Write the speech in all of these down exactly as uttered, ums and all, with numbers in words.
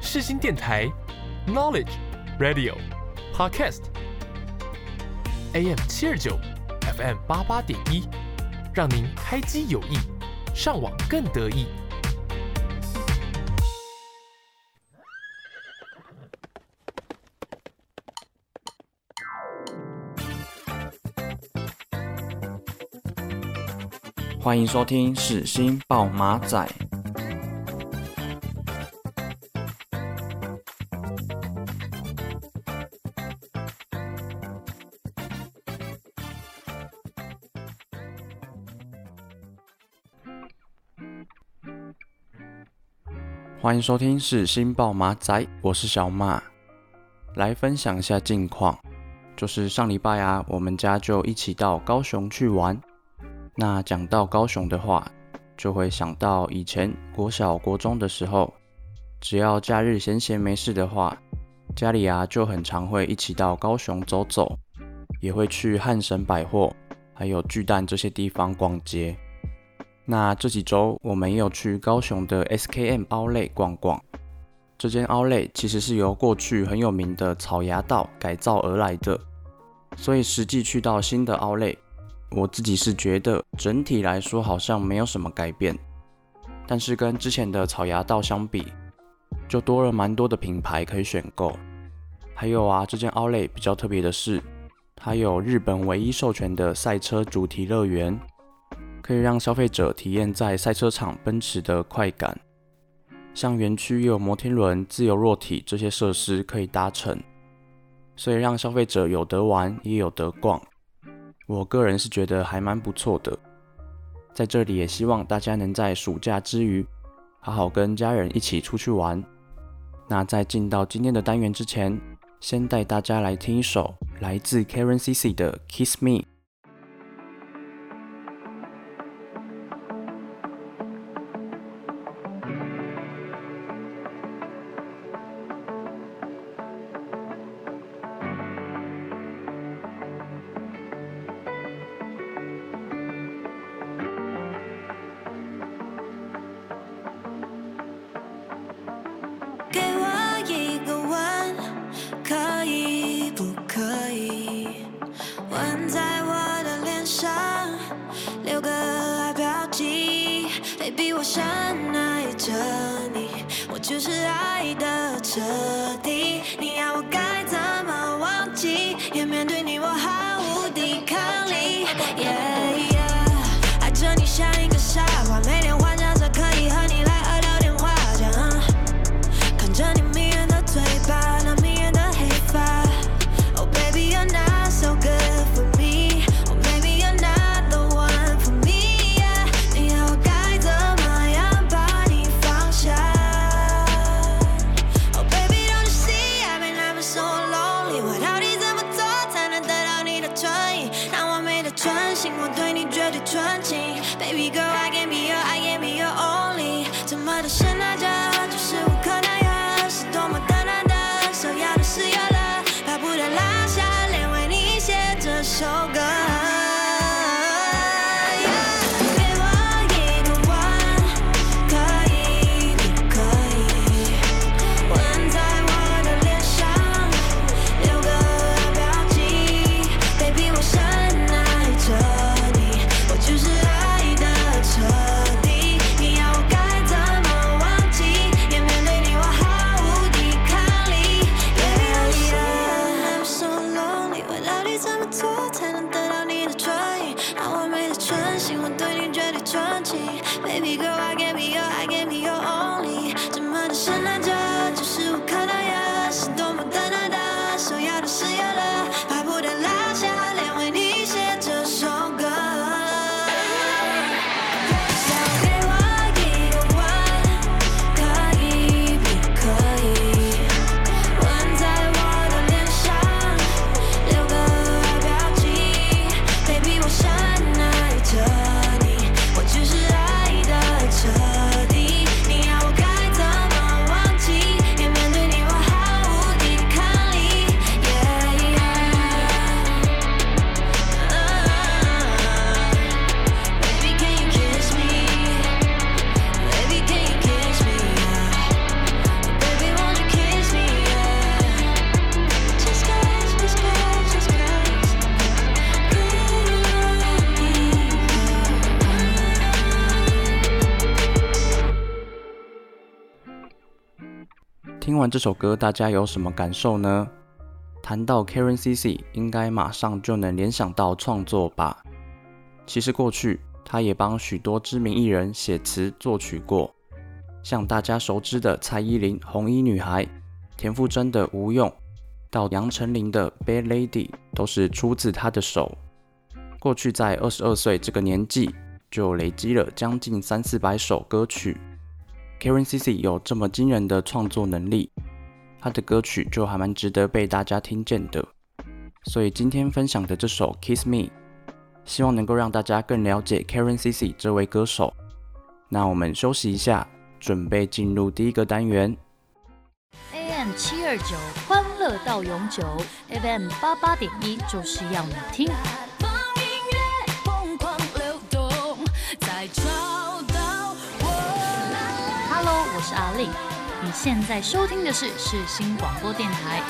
世新电台 Knowledge Radio Podcast A M 七二九 F M 八八点一，让您开机有益，上网更得意。 欢迎收听世新爆马仔。欢迎收听世新爆马仔，我是小马，来分享一下近况。就是上礼拜啊，我们家就一起到高雄去玩。那讲到高雄的话，就会想到以前国小国中的时候，只要假日闲闲没事的话，家里啊就很常会一起到高雄走走，也会去汉神百货还有巨蛋这些地方逛街。那这几周我们也有去高雄的 S K M Outlet 逛逛。这间 Outlet 其实是由过去很有名的草衙道改造而来的，所以实际去到新的 Outlet，我自己是觉得整体来说好像没有什么改变，但是跟之前的草衙道相比，就多了蛮多的品牌可以选购。还有啊，这间 Outlet 比较特别的是，它有日本唯一授权的赛车主题乐园，可以让消费者体验在赛车场奔驰的快感。像园区也有摩天轮、自由落体这些设施可以搭乘，所以让消费者有得玩也有得逛。我个人是觉得还蛮不错的，在这里也希望大家能在暑假之余，好好跟家人一起出去玩。那在进到今天的单元之前，先带大家来听一首来自 Karen C C 的 Kiss Me。 我就是爱的彻底，你要我该怎么忘记？ 听完这首歌，大家有什么感受呢？谈到 Karen C C， 应该马上就能联想到创作吧。其实过去，她也帮许多知名艺人写词作曲过，像大家熟知的蔡依林《红衣女孩》，田馥甄的《无用》，到杨丞琳的《Bad Lady》，都是出自她的手。过去在二十二岁这个年纪，就累积了将近三四百首歌曲。Karen C C 有这么惊人的创作能力，她的歌曲就还蛮值得被大家听见的。所以今天分享的这首 Kiss Me， 希望能够让大家更了解 Karen C C 这位歌手。那我们休息一下，准备进入第一个单元。 A M 七二九欢乐到永久 ，F M 八八点一就是要你听。Hello， 我是阿令，你现在收听的是世新广播电台。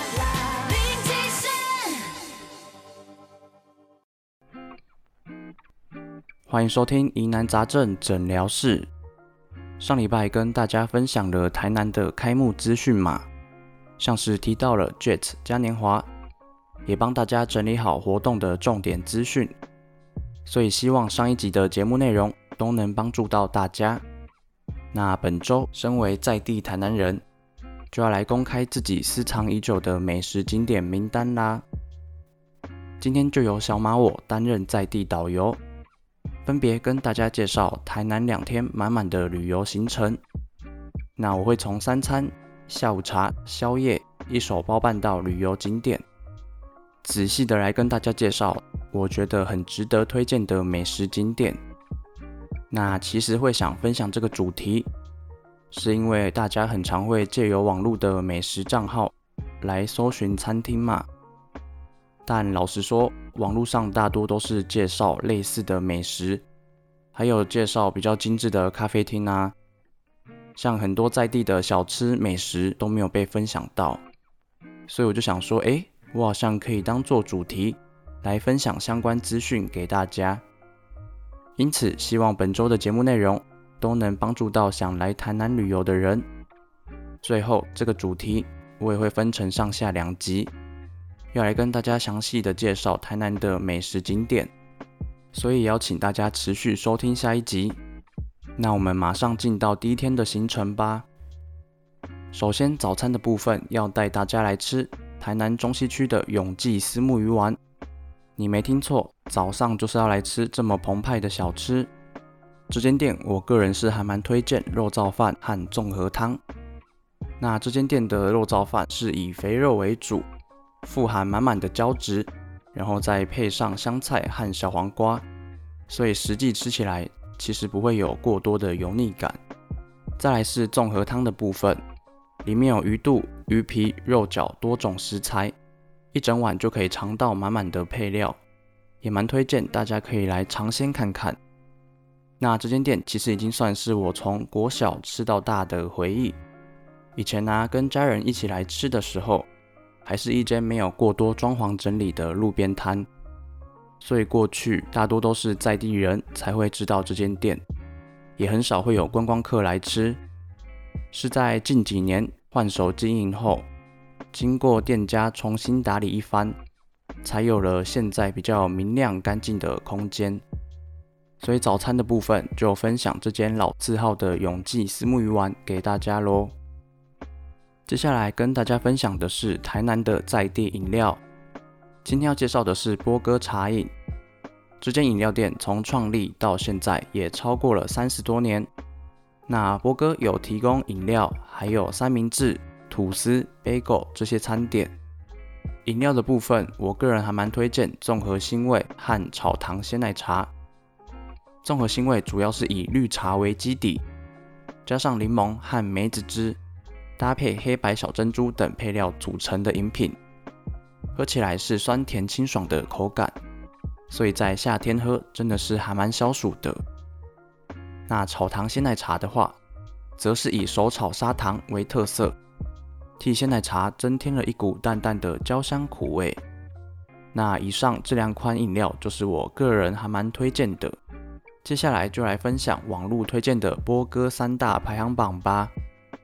欢迎收听疑难杂症诊疗室。上礼拜跟大家分享了台南的开幕资讯嘛，像是提到了 Jet 嘉年华，也帮大家整理好活动的重点资讯，所以希望上一集的节目内容都能帮助到大家。那本周身为在地台南人，就要来公开自己私藏已久的美食景点名单啦。今天就由小马我担任在地导游，分别跟大家介绍台南两天满满的旅游行程。那我会从三餐、下午茶、宵夜一手包办到旅游景点，仔细的来跟大家介绍我觉得很值得推荐的美食景点。那其实会想分享这个主题，是因为大家很常会借由网络的美食账号来搜寻餐厅嘛。但老实说，网络上大多都是介绍类似的美食，还有介绍比较精致的咖啡厅啊，像很多在地的小吃美食都没有被分享到，所以我就想说，诶，我好像可以当做主题来分享相关资讯给大家。因此，希望本周的节目内容都能帮助到想来台南旅游的人。最后，这个主题我也会分成上下两集，要来跟大家详细的介绍台南的美食景点，所以邀请大家持续收听下一集。那我们马上进到第一天的行程吧。首先，早餐的部分要带大家来吃台南中西区的永记虱目鱼丸。你没听错，早上就是要来吃这么澎湃的小吃。这间店我个人是还蛮推荐肉燥饭和综合汤。那这间店的肉燥饭是以肥肉为主，富含满满的胶质，然后再配上香菜和小黄瓜，所以实际吃起来其实不会有过多的油腻感。再来是综合汤的部分，里面有鱼肚、鱼皮、肉饺多种食材，一整碗就可以尝到满满的配料，也蛮推荐大家可以来尝鲜看看。那这间店其实已经算是我从国小吃到大的回忆。以前啊，跟家人一起来吃的时候，还是一间没有过多装潢整理的路边摊，所以过去大多都是在地人才会知道这间店，也很少会有观光客来吃。是在近几年换手经营后，经过店家重新打理一番，才有了现在比较明亮干净的空间。所以早餐的部分就分享这间老字号的永记虱目鱼丸给大家咯。接下来跟大家分享的是台南的在地饮料。今天要介绍的是波哥茶饮。这间饮料店从创立到现在也超过了三十多年。那波哥有提供饮料，还有三明治、吐司、bagel 这些餐点。饮料的部分，我个人还蛮推荐综合腥味和炒糖鲜奶茶。综合腥味主要是以绿茶为基底，加上柠檬和梅子汁，搭配黑白小珍珠等配料组成的饮品，喝起来是酸甜清爽的口感，所以在夏天喝真的是还蛮消暑的。那炒糖鲜奶茶的话，则是以手炒砂糖为特色，替鲜奶茶增添了一股淡淡的焦香苦味。那以上这两款饮料就是我个人还蛮推荐的。接下来就来分享网络推荐的波哥三大排行榜吧。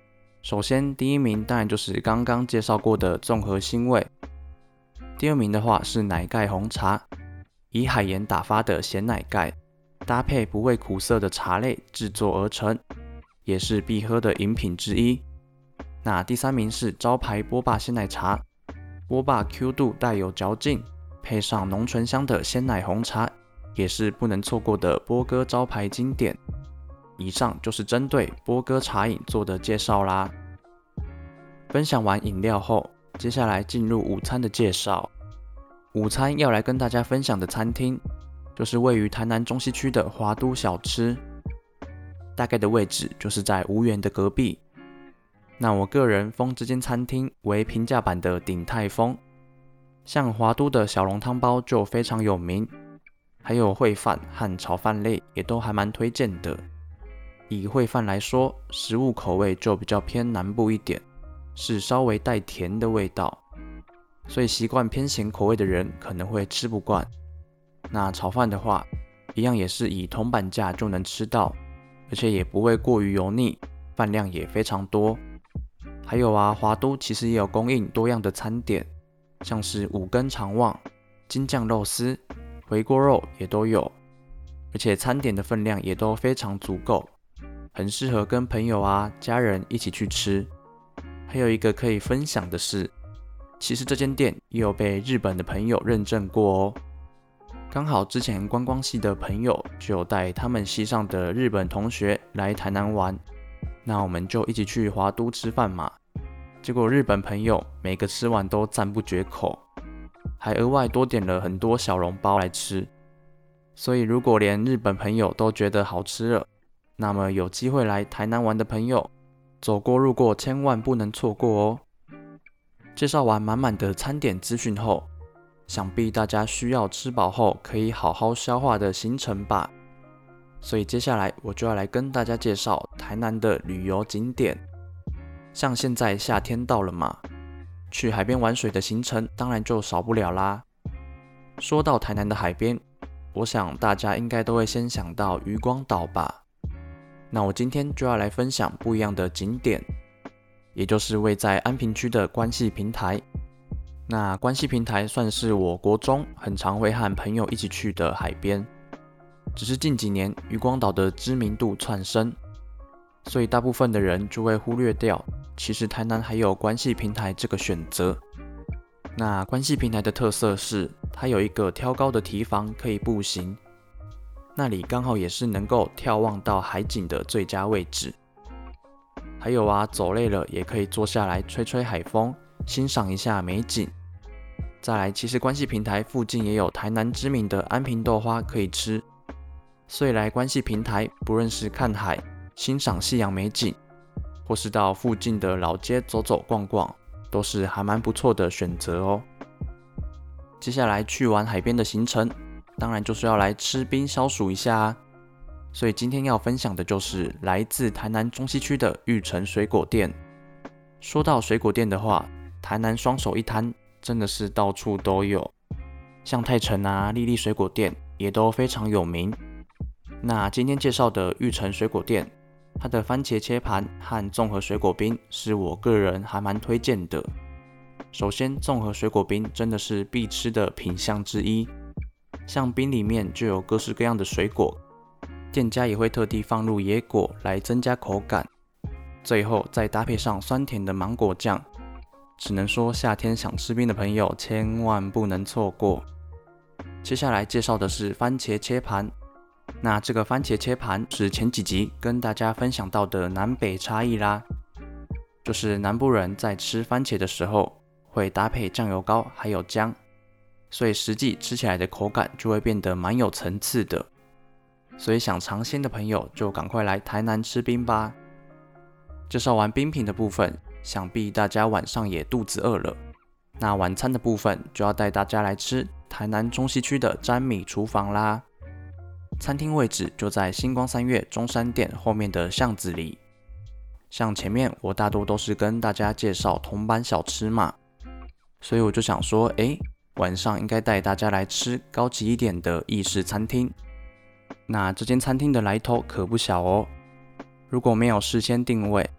首先第一名当然就是刚刚介绍过的综合腥味，第二名的话是奶盖红茶，以海盐打发的咸奶盖，搭配不会苦涩的茶类制作而成，也是必喝的饮品之一。那第三名是招牌波霸鲜奶茶，波霸 Q 度带有嚼劲，配上浓醇香的鲜奶红茶，也是不能错过的波哥招牌经典。以上就是针对波哥茶饮做的介绍啦。分享完饮料后，接下来进入午餐的介绍。午餐要来跟大家分享的餐厅，就是位于台南中西区的华都小吃，大概的位置就是在吴园的隔壁。那我个人封这间餐厅为平价版的鼎泰丰，像华都的小笼汤包就非常有名，还有烩饭和炒饭类也都还蛮推荐的。以烩饭来说，食物口味就比较偏南部一点，是稍微带甜的味道，所以习惯偏咸口味的人可能会吃不惯。那炒饭的话，一样也是以铜板价就能吃到，而且也不会过于油腻，饭量也非常多。还有啊，华都其实也有供应多样的餐点，像是五根肠旺、京酱肉丝、回锅肉也都有，而且餐点的分量也都非常足够，很适合跟朋友啊、家人一起去吃。还有一个可以分享的是，其实这间店也有被日本的朋友认证过哦。刚好之前观光系的朋友就有带他们系上的日本同学来台南玩，那我们就一起去华都吃饭嘛。结果日本朋友每个吃完都赞不绝口，还额外多点了很多小笼包来吃。所以如果连日本朋友都觉得好吃了，那么有机会来台南玩的朋友，走过路过千万不能错过哦。介绍完满满的餐点资讯后，想必大家需要吃饱后可以好好消化的行程吧。所以接下来我就要来跟大家介绍台南的旅游景点。像现在夏天到了嘛，去海边玩水的行程当然就少不了啦。说到台南的海边，我想大家应该都会先想到渔光岛吧。那我今天就要来分享不一样的景点，也就是位在安平区的关系平台。那关系平台算是我国中很常会和朋友一起去的海边，只是近几年渔光岛的知名度窜升，所以大部分的人就会忽略掉，其实台南还有关系平台这个选择。那关系平台的特色是，它有一个挑高的堤防可以步行，那里刚好也是能够眺望到海景的最佳位置。还有啊，走累了也可以坐下来吹吹海风，欣赏一下美景。再来，其实关系平台附近也有台南知名的安平豆花可以吃，所以来关系平台，不论是看海、欣赏夕阳美景，或是到附近的老街走走逛逛，都是还蛮不错的选择哦。接下来去玩海边的行程，当然就是要来吃冰消暑一下啊。所以今天要分享的就是来自台南中西区的玉成水果店。说到水果店的话，台南双手一摊，真的是到处都有，像泰城啊、丽丽水果店也都非常有名。那今天介绍的玉成水果店，它的番茄切盘和综合水果冰是我个人还蛮推荐的。首先，综合水果冰真的是必吃的品项之一，像冰里面就有各式各样的水果，店家也会特地放入野果来增加口感，最后再搭配上酸甜的芒果酱，只能说夏天想吃冰的朋友千万不能错过。接下来介绍的是番茄切盘，那这个番茄切盘是前几集跟大家分享到的南北差异啦，就是南部人在吃番茄的时候会搭配酱油膏还有姜，所以实际吃起来的口感就会变得蛮有层次的。所以想尝鲜的朋友就赶快来台南吃冰吧。介绍完冰品的部分，想必大家晚上也肚子饿了，那晚餐的部分就要带大家来吃台南中西区的詹米厨房啦。餐厅位置就在星光三月中山店后面的巷子里。像前面我大多都是跟大家介绍铜板小吃嘛，所以我就想说，诶，晚上应该带大家来吃高级一点的意式餐厅。那这间餐厅的来头可不小哦，如果没有事先定位，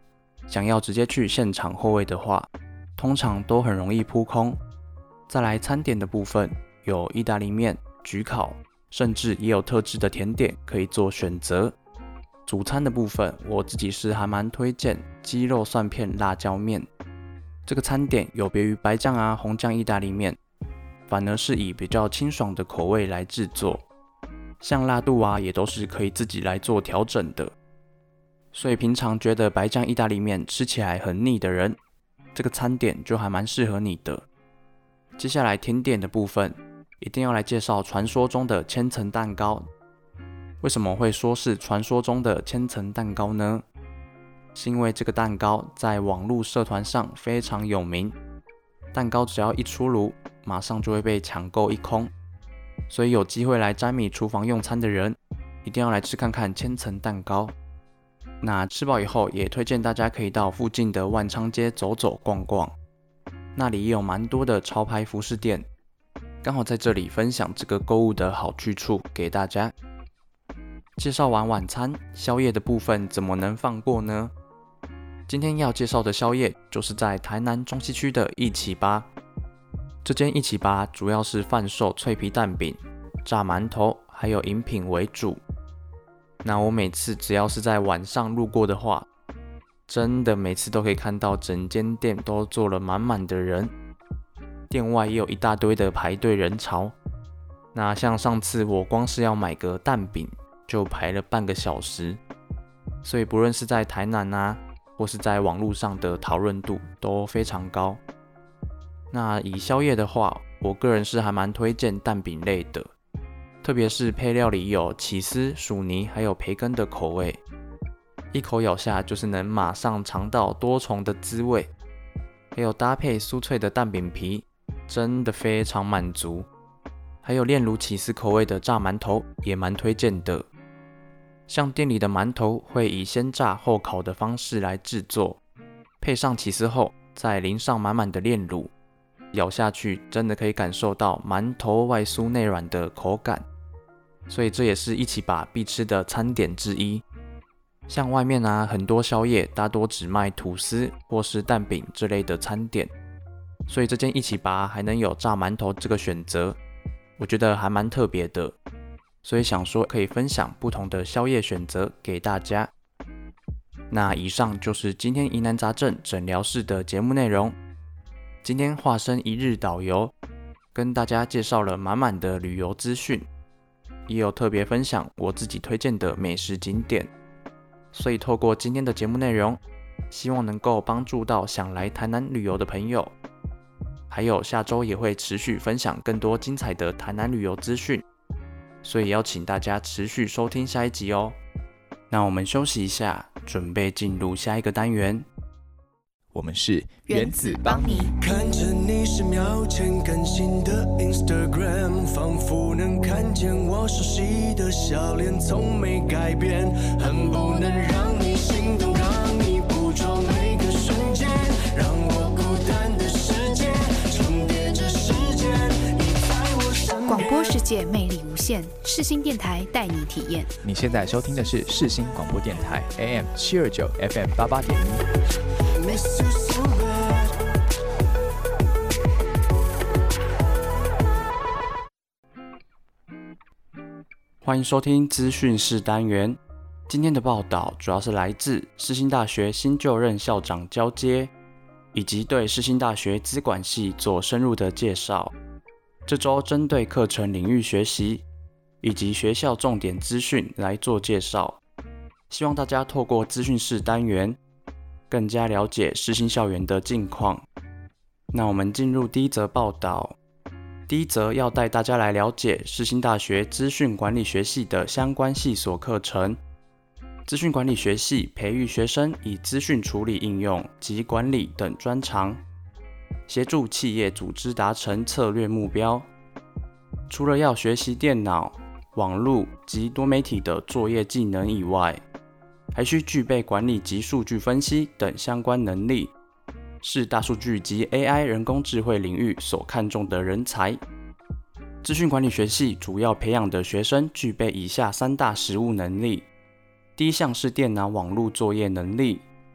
想要直接去现场候位的话，通常都很容易扑空。再来餐点的部分，有意大利面、焗烤，甚至也有特制的甜点可以做选择。主餐的部分，我自己是还蛮推荐鸡肉蒜片辣椒面。这个餐点有别于白酱啊、红酱意大利面，反而是以比较清爽的口味来制作，像辣度啊也都是可以自己来做调整的。所以平常觉得白酱意大利面吃起来很腻的人，这个餐点就还蛮适合你的。接下来甜点的部分，一定要来介绍传说中的千层蛋糕。为什么会说是传说中的千层蛋糕呢？是因为这个蛋糕在网络社团上非常有名，蛋糕只要一出炉，马上就会被抢购一空。所以有机会来詹米厨房用餐的人，一定要来吃看看千层蛋糕。那吃饱以后，也推荐大家可以到附近的万昌街走走逛逛，那里也有蛮多的潮牌服饰店，刚好在这里分享这个购物的好去处给大家。介绍完晚餐，宵夜的部分怎么能放过呢？今天要介绍的宵夜就是在台南中西区的一起吧。这间一起吧主要是贩售脆皮蛋饼、炸馒头还有饮品为主。那我每次只要是在晚上路过的话，真的每次都可以看到整间店都坐了满满的人，店外也有一大堆的排队人潮。那像上次我光是要买个蛋饼就排了半个小时，所以不论是在台南啊，或是在网络上的讨论度都非常高。那以宵夜的话，我个人是还蛮推荐蛋饼类的，特别是配料里有起司、薯泥还有培根的口味，一口咬下就是能马上尝到多重的滋味，还有搭配酥脆的蛋饼皮，真的非常满足。还有炼乳起司口味的炸馒头也蛮推荐的。像店里的馒头会以先炸后烤的方式来制作，配上起司后再淋上满满的炼乳，咬下去真的可以感受到馒头外酥内软的口感，所以这也是一起吧必吃的餐点之一。像外面啊很多宵夜大多只卖吐司或是蛋饼这类的餐点，所以这间一起吧还能有炸馒头这个选择，我觉得还蛮特别的，所以想说可以分享不同的宵夜选择给大家。那以上就是今天疑难杂症诊疗室的节目内容。今天化身一日导游，跟大家介绍了满满的旅游资讯，也有特别分享我自己推荐的美食景点。所以透过今天的节目内容，希望能够帮助到想来台南旅游的朋友。还有下周也会持续分享更多精彩的台南旅游资讯，所以邀请大家持续收听下一集哦。那我们休息一下，准备进入下一个单元。 我们是原子帮你看着你十秒前更新的 Instagram， 仿佛能看见我熟悉的笑脸，从没改变，恨不能让你心动，让你捕捉每个瞬间，让我孤单的世界重叠着时间，你在我身边。 广播世界魅力无限，世新电台带你体验。 你现在收听的是世新广播电台 A M 七二九 F M 八八点一。 Miss you so bad。 欢迎收听资讯室单元。今天的报道主要是来自世新大学新就任校长交接，以及对世新大学资管系做深入的介绍。这周针对课程领域学习以及学校重点资讯来做介绍，希望大家透过资讯室单元更加了解世新校园的近况。那我们进入第一则报道。第一则要带大家来了解世新大学资讯管理学系的相关系所课程。资讯管理学系培育学生以资讯处理应用及管理等专长，协助企业组织达成策略目标。除了要学习电脑、网络及多媒体的作业技能以外，还需具备管理及数据分析等相关能力，是大数据及 A I 人工智慧领域所看重的人才。资讯管理学系主要培养的学生具备以下三大实务能力。第一项是电脑网络作业能力，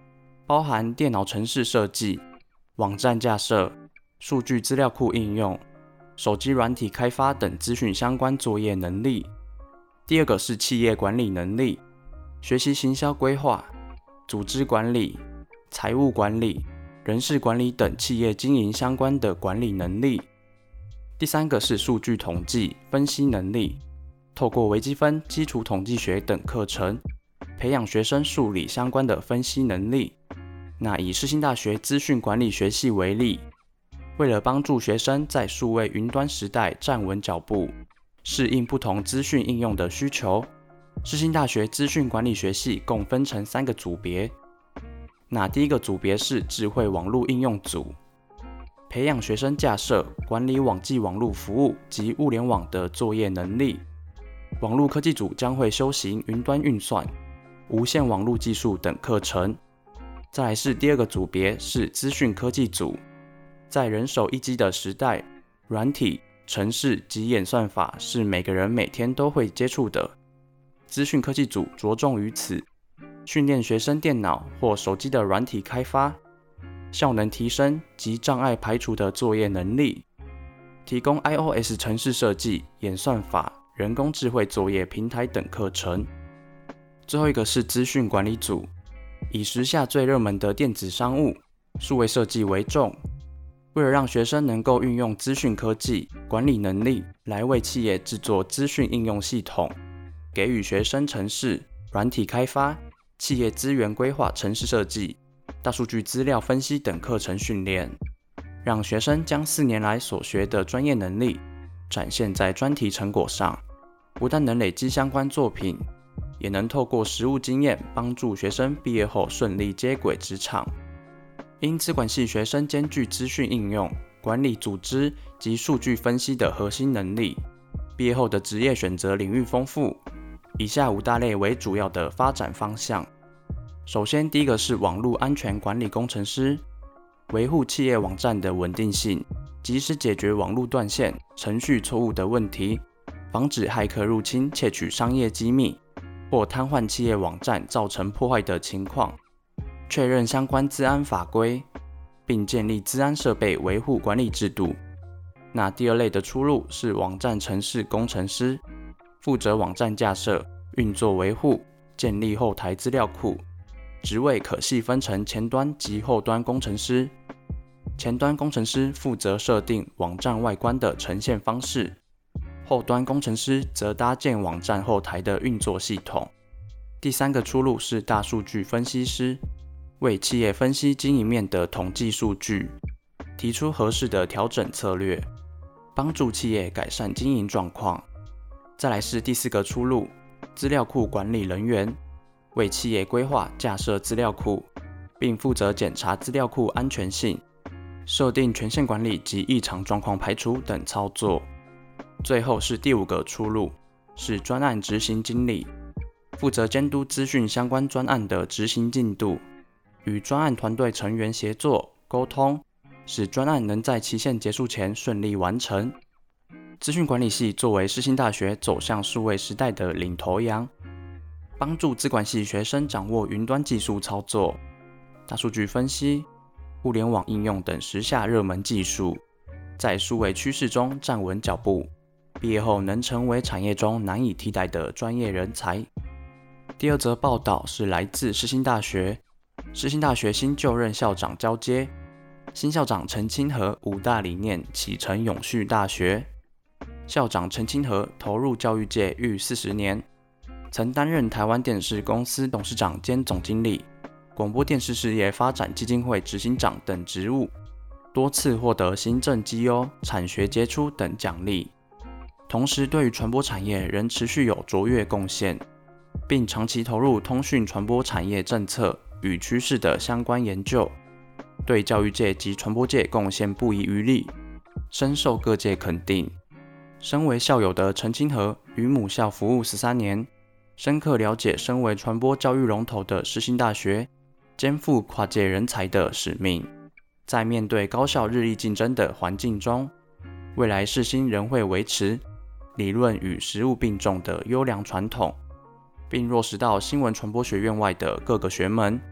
包含电脑程式设计、网站架设、数据资料库应用、手机软体开发等资讯相关作业能力。第二个是企业管理能力，学习行销规划、组织管理、财务管理、人事管理等企业经营相关的管理能力。第三个是数据统计分析能力，透过微积分、基础统计学等课程，培养学生数理相关的分析能力。那以世新大学资讯管理学系为例，为了帮助学生在数位云端时代站稳脚步，适应不同资讯应用的需求，世新大学资讯管理学系共分成三个组别。那第一个组别是智慧网络应用组，培养学生架设、管理网际网络服务及物联网的作业能力。网络科技组将会修习云端运算、无线网络技术等课程。再来是第二个组别是资讯科技组，在人手一机的时代，软体、程式及演算法是每个人每天都会接触的。资讯科技组着重于此，训练学生电脑或手机的软体开发、效能提升及障碍排除的作业能力，提供 iOS 程式设计、演算法、人工智慧作业平台等课程。最后一个是资讯管理组，以时下最热门的电子商务、数位设计为重，为了让学生能够运用资讯科技管理能力来为企业制作资讯应用系统，给予学生程式、软体开发、企业资源规划、程式设计、大数据资料分析等课程训练，让学生将四年来所学的专业能力展现在专题成果上，不但能累积相关作品，也能透过实务经验帮助学生毕业后顺利接轨职场。因资管系学生兼具资讯应用、管理组织及数据分析的核心能力，毕业后的职业选择领域丰富，以下五大类为主要的发展方向。首先，第一个是网络安全管理工程师，维护企业网站的稳定性，及时解决网络断线、程序错误的问题，防止骇客入侵窃取商业机密或瘫痪企业网站造成破坏的情况，确认相关资安法规，并建立资安设备维护管理制度。那第二类的出路是网站程式工程师，负责网站架设、运作维护、建立后台资料库，职位可细分成前端及后端工程师。前端工程师负责设定网站外观的呈现方式，后端工程师则搭建网站后台的运作系统。第三个出路是大数据分析师，为企业分析经营面的统计数据，提出合适的调整策略，帮助企业改善经营状况。再来是第四个出路，资料库管理人员，为企业规划架设资料库，并负责检查资料库安全性，设定权限管理及异常状况排除等操作。最后是第五个出路，是专案执行经理，负责监督资讯相关专案的执行进度，与专案团队成员协作沟通，使专案能在期限结束前顺利完成。资讯管理系作为世新大学走向数位时代的领头羊，帮助资管系学生掌握云端技术操作、大数据分析、物联网应用等时下热门技术，在数位趋势中站稳脚步，毕业后能成为产业中难以替代的专业人才。第二则报道是来自世新大学，世新大学新就任校长交接，新校长陈清和五大理念启程永续大学。校长陈清和投入教育界逾四十年，曾担任台湾电视公司董事长兼总经理、广播电视事业发展基金会执行长等职务，多次获得行政绩优、产学杰出等奖励。同时，对于传播产业仍持续有卓越贡献，并长期投入通讯传播产业政策与趋势的相关研究，对教育界及传播界贡献不遗余力，深受各界肯定。身为校友的陈清和于母校服务十三年，深刻了解身为传播教育龙头的世新大学肩负跨界人才的使命。在面对高校日益竞争的环境中，未来世新仍会维持理论与实务并重的优良传统，并落实到新闻传播学院外的各个学门，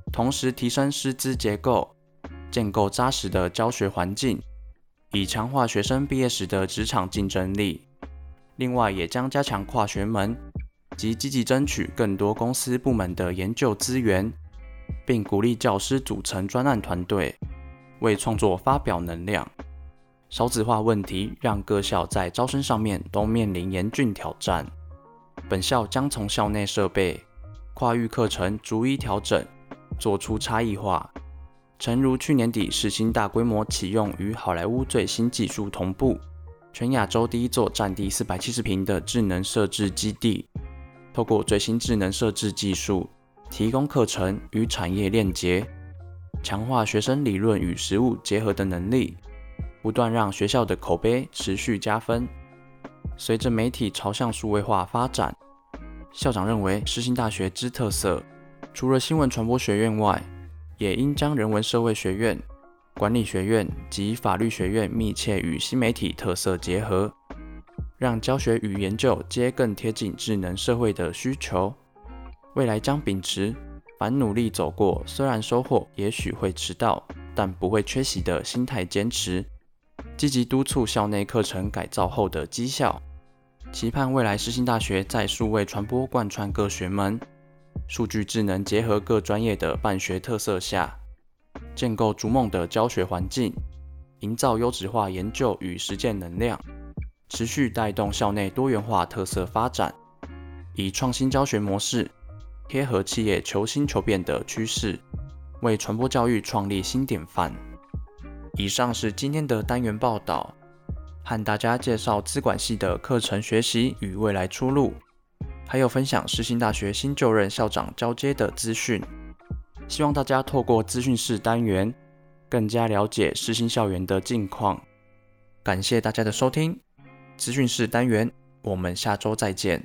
同时提升师资结构，建构扎实的教学环境，以强化学生毕业时的职场竞争力。另外，也将加强跨学门及积极争取更多公司部门的研究资源，并鼓励教师组成专案团队，为创作发表能量。少子化问题让各校在招生上面都面临严峻挑战。本校将从校内设备、跨域课程逐一调整，做出差异化。诚如去年底世新大规模启用与好莱坞最新技术同步，全亚洲第一座占地四百七十坪的智能设置基地，透过最新智能设置技术，提供课程与产业链接，强化学生理论与实务结合的能力，不断让学校的口碑持续加分。随着媒体朝向数位化发展，校长认为世新大学之特色，除了新闻传播学院外，也应将人文社会学院、管理学院及法律学院密切与新媒体特色结合，让教学与研究皆更贴近智能社会的需求。未来将秉持凡努力走过，虽然收获也许会迟到，但不会缺席的心态坚持，积极督促校内课程改造后的绩效，期盼未来世新大学在数位传播贯穿各学门、数据智能结合各专业的办学特色下，建构逐梦的教学环境，营造优质化研究与实践能量，持续带动校内多元化特色发展，以创新教学模式贴合企业求新求变的趋势，为传播教育创立新典范。以上是今天的单元报道，和大家介绍资管系的课程学习与未来出路，还有分享世新大学新就任校长交接的资讯。希望大家透过资讯室单元，更加了解世新校园的近况。感谢大家的收听，资讯室单元，我们下周再见。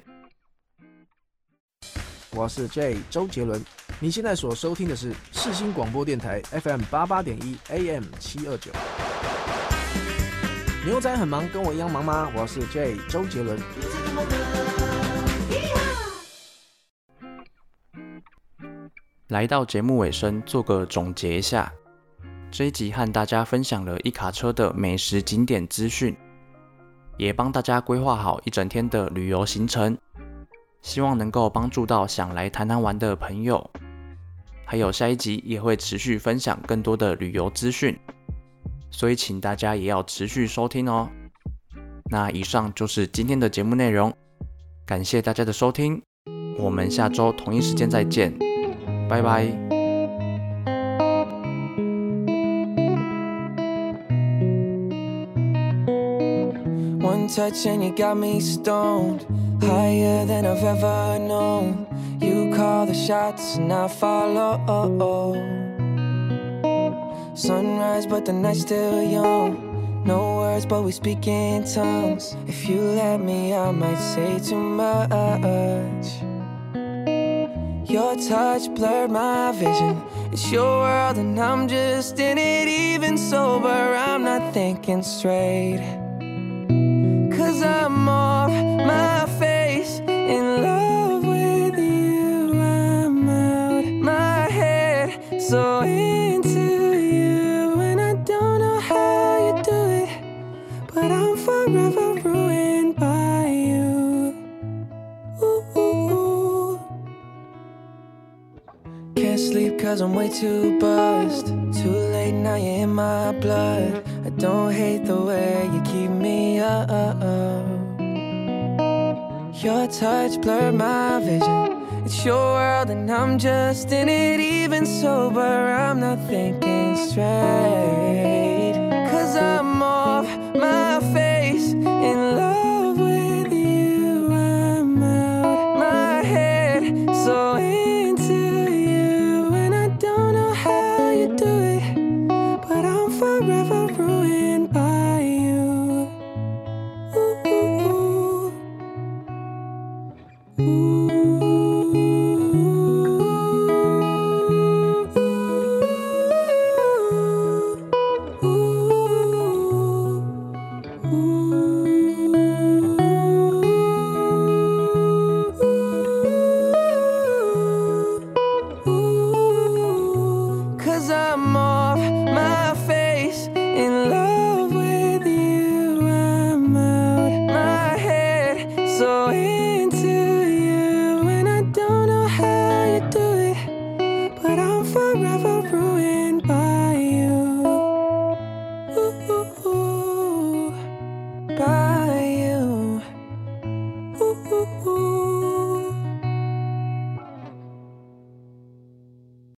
我是 J 周杰伦，你现在所收听的是世新广播电台 F M 八八点一 A M 七二九。牛仔很忙，跟我一样忙吗？我是 J 周杰伦。 来到节目尾声，做个总结一下。这一集和大家分享了一卡车的美食景点资讯，也帮大家规划好一整天的旅游行程，希望能够帮助到想来台南玩的朋友。还有下一集也会持续分享更多的旅游资讯，所以请大家也要持续收听哦。那以上就是今天的节目内容，感谢大家的收听，我们下周同一时间再见，拜拜。 One touch and you got me stoned, higher than I've ever known. You call the shots and I follow. Sunrise but the night's still young. No words but we speak in tongues. If you let me I might say too much. Your touch blurred my vision. It's your world and I'm just in it. Even sober I'm not thinking straight. Cause I'm off my face, in love with you. I'm out my head, so into you. And I don't know how you do it, but I'm forever ruined by you. Ooh, ooh, ooh. Can't sleep cause I'm way too buzzed. Too late now you're in my blood. I don't hate the way you keep me up. Your touch blurred my vision. It's your world and I'm just in it. Even sober I'm not thinking straight. Cause I'm off my face, in love with you. I'm out my head, so into you. And I don't know how you do it, but I'm forever ruined by you. Ooh, ooh, ooh. Ooh, ooh, ooh. 呜呜